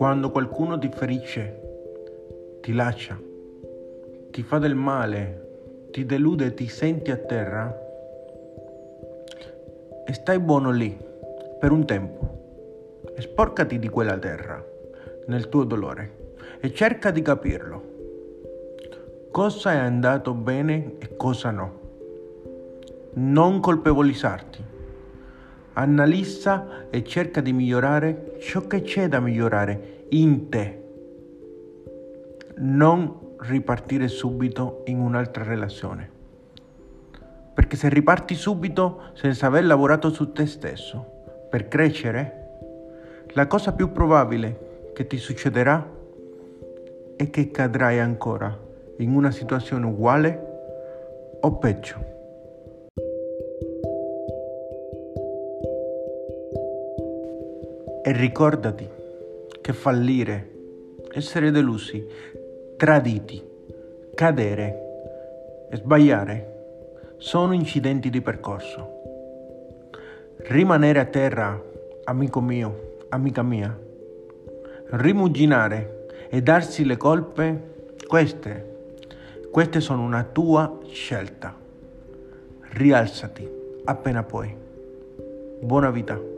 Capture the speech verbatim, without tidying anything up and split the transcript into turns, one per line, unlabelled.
Quando qualcuno ti ferisce, ti lascia, ti fa del male, ti delude, ti senti a terra e stai buono lì per un tempo e sporcati di quella terra nel tuo dolore e cerca di capirlo. Cosa è andato bene e cosa no. Non colpevolizzarti. Analizza e cerca di migliorare ciò che c'è da migliorare in te. Non ripartire subito in un'altra relazione. Perché se riparti subito senza aver lavorato su te stesso per crescere, la cosa più probabile che ti succederà è che cadrai ancora in una situazione uguale o peggio. E ricordati che fallire, essere delusi, traditi, cadere e sbagliare sono incidenti di percorso. Rimanere a terra, amico mio, amica mia, rimuginare e darsi le colpe, queste, queste sono una tua scelta. Rialzati appena puoi. Buona vita.